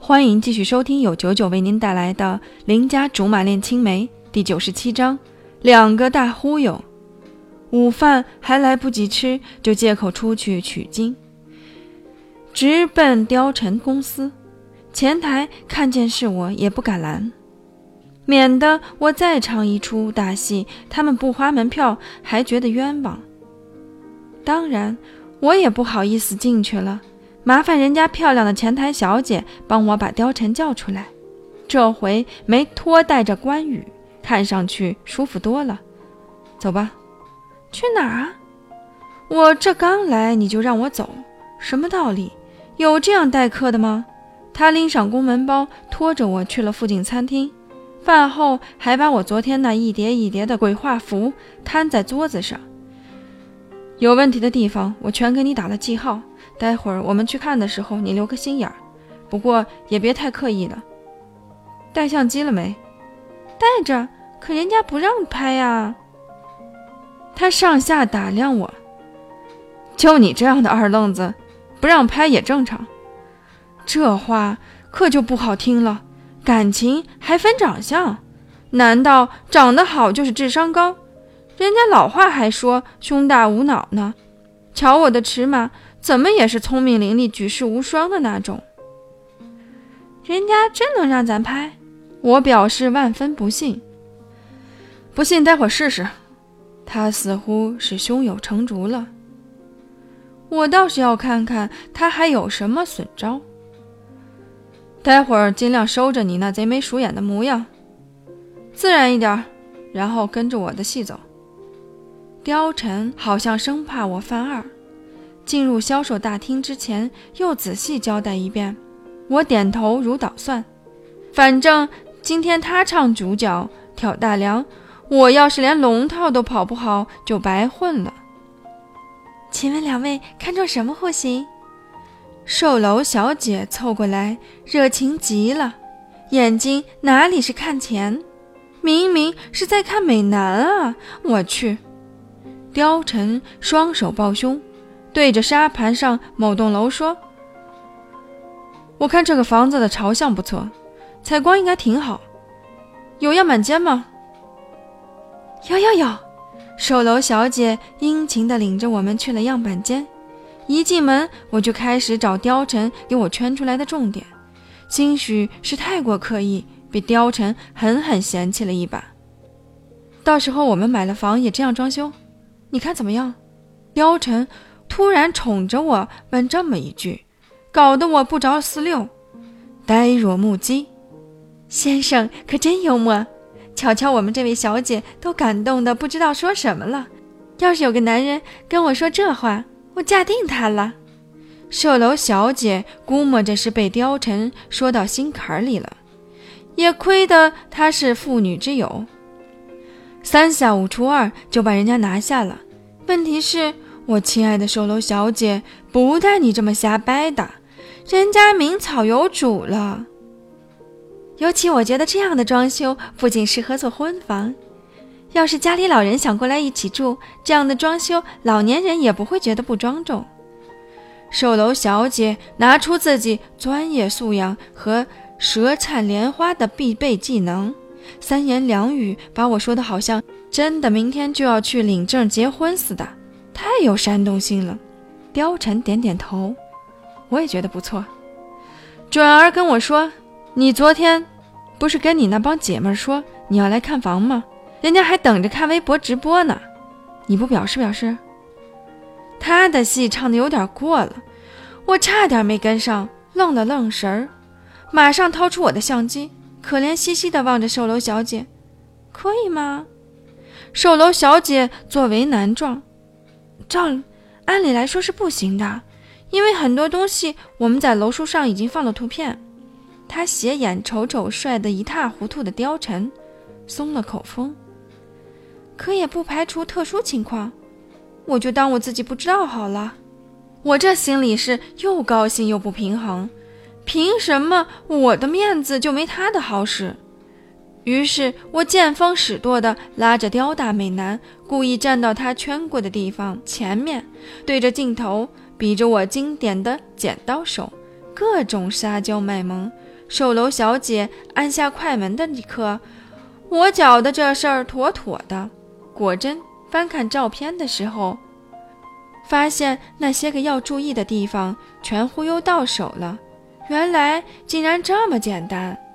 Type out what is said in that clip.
欢迎继续收听由99为您带来的《邻家竹马恋青梅》第97章，两个大忽悠。午饭还来不及吃，就借口出去取经，直奔貂蝉公司。前台看见是我，也不敢拦，免得我再唱一出大戏，他们不花门票还觉得冤枉。当然我也不好意思进去了，麻烦人家漂亮的前台小姐帮我把貂蝉叫出来。这回没拖带着关羽，看上去舒服多了。走吧。去哪儿啊？我这刚来你就让我走，什么道理？有这样待客的吗？他拎上公文包，拖着我去了附近餐厅。饭后还把我昨天那一叠一叠的鬼画符摊在桌子上，有问题的地方我全给你打了记号，待会儿我们去看的时候你留个心眼儿，不过也别太刻意了。带相机了没？带着，可人家不让拍呀。他上下打量我，就你这样的二愣子，不让拍也正常。这话可就不好听了，感情还分长相？难道长得好就是智商高？人家老话还说胸大无脑呢，瞧我的尺码，怎么也是聪明伶俐、举世无双的那种。人家真能让咱拍？我表示万分不信。不信待会儿试试。他似乎是胸有成竹了，我倒是要看看他还有什么损招。待会儿尽量收着你那贼眉鼠眼的模样，自然一点，然后跟着我的戏走。貂蝉好像生怕我犯二，进入销售大厅之前又仔细交代一遍。我点头如捣蒜，反正今天他唱主角挑大梁，我要是连龙套都跑不好，就白混了。请问两位看中什么户型？售楼小姐凑过来，热情极了，眼睛哪里是看钱，明明是在看美男啊！我去！貂蝉双手抱胸，对着沙盘上某栋楼说：“我看这个房子的朝向不错，采光应该挺好，有样板间吗？”有，售楼小姐殷勤地领着我们去了样板间。一进门我就开始找貂蝉给我圈出来的重点，兴许是太过刻意，被貂蝉狠狠嫌弃了一把。到时候我们买了房也这样装修，你看怎么样？貂蝉突然宠着我问这么一句，搞得我不着四六，呆若木鸡。先生可真幽默，瞧瞧我们这位小姐都感动得不知道说什么了。要是有个男人跟我说这话，我嫁定他了。售楼小姐估摸着是被貂蝉说到心坎里了，也亏得她是妇女之友，三下五除二就把人家拿下了。问题是，我亲爱的售楼小姐，不带你这么瞎掰的，人家名草有主了。尤其我觉得这样的装修不仅适合做婚房，要是家里老人想过来一起住，这样的装修老年人也不会觉得不庄重。售楼小姐拿出自己专业素养和舌灿莲花的必备技能，三言两语把我说的好像真的明天就要去领证结婚似的，太有煽动性了。貂蝉点点头，我也觉得不错。转而跟我说，你昨天不是跟你那帮姐妹说你要来看房吗？人家还等着看微博直播呢，你不表示表示？他的戏唱得有点过了，我差点没跟上，愣了愣神儿，马上掏出我的相机，可怜兮兮地望着售楼小姐。可以吗？售楼小姐做为难状，按理来说是不行的，因为很多东西我们在楼书上已经放了图片。他斜眼瞅瞅帅得一塌糊涂的貂蝉，松了口风。可也不排除特殊情况，我就当我自己不知道好了。我这心里是又高兴又不平衡，凭什么我的面子就没他的好使？于是我见风使舵地拉着貂大美男，故意站到他圈过的地方前面，对着镜头比着我经典的剪刀手，各种撒娇卖萌， 售楼小姐按下快门的一刻，我觉得这事儿妥妥的。果真翻看照片的时候，发现那些个要注意的地方全忽悠到手了，原来竟然这么简单。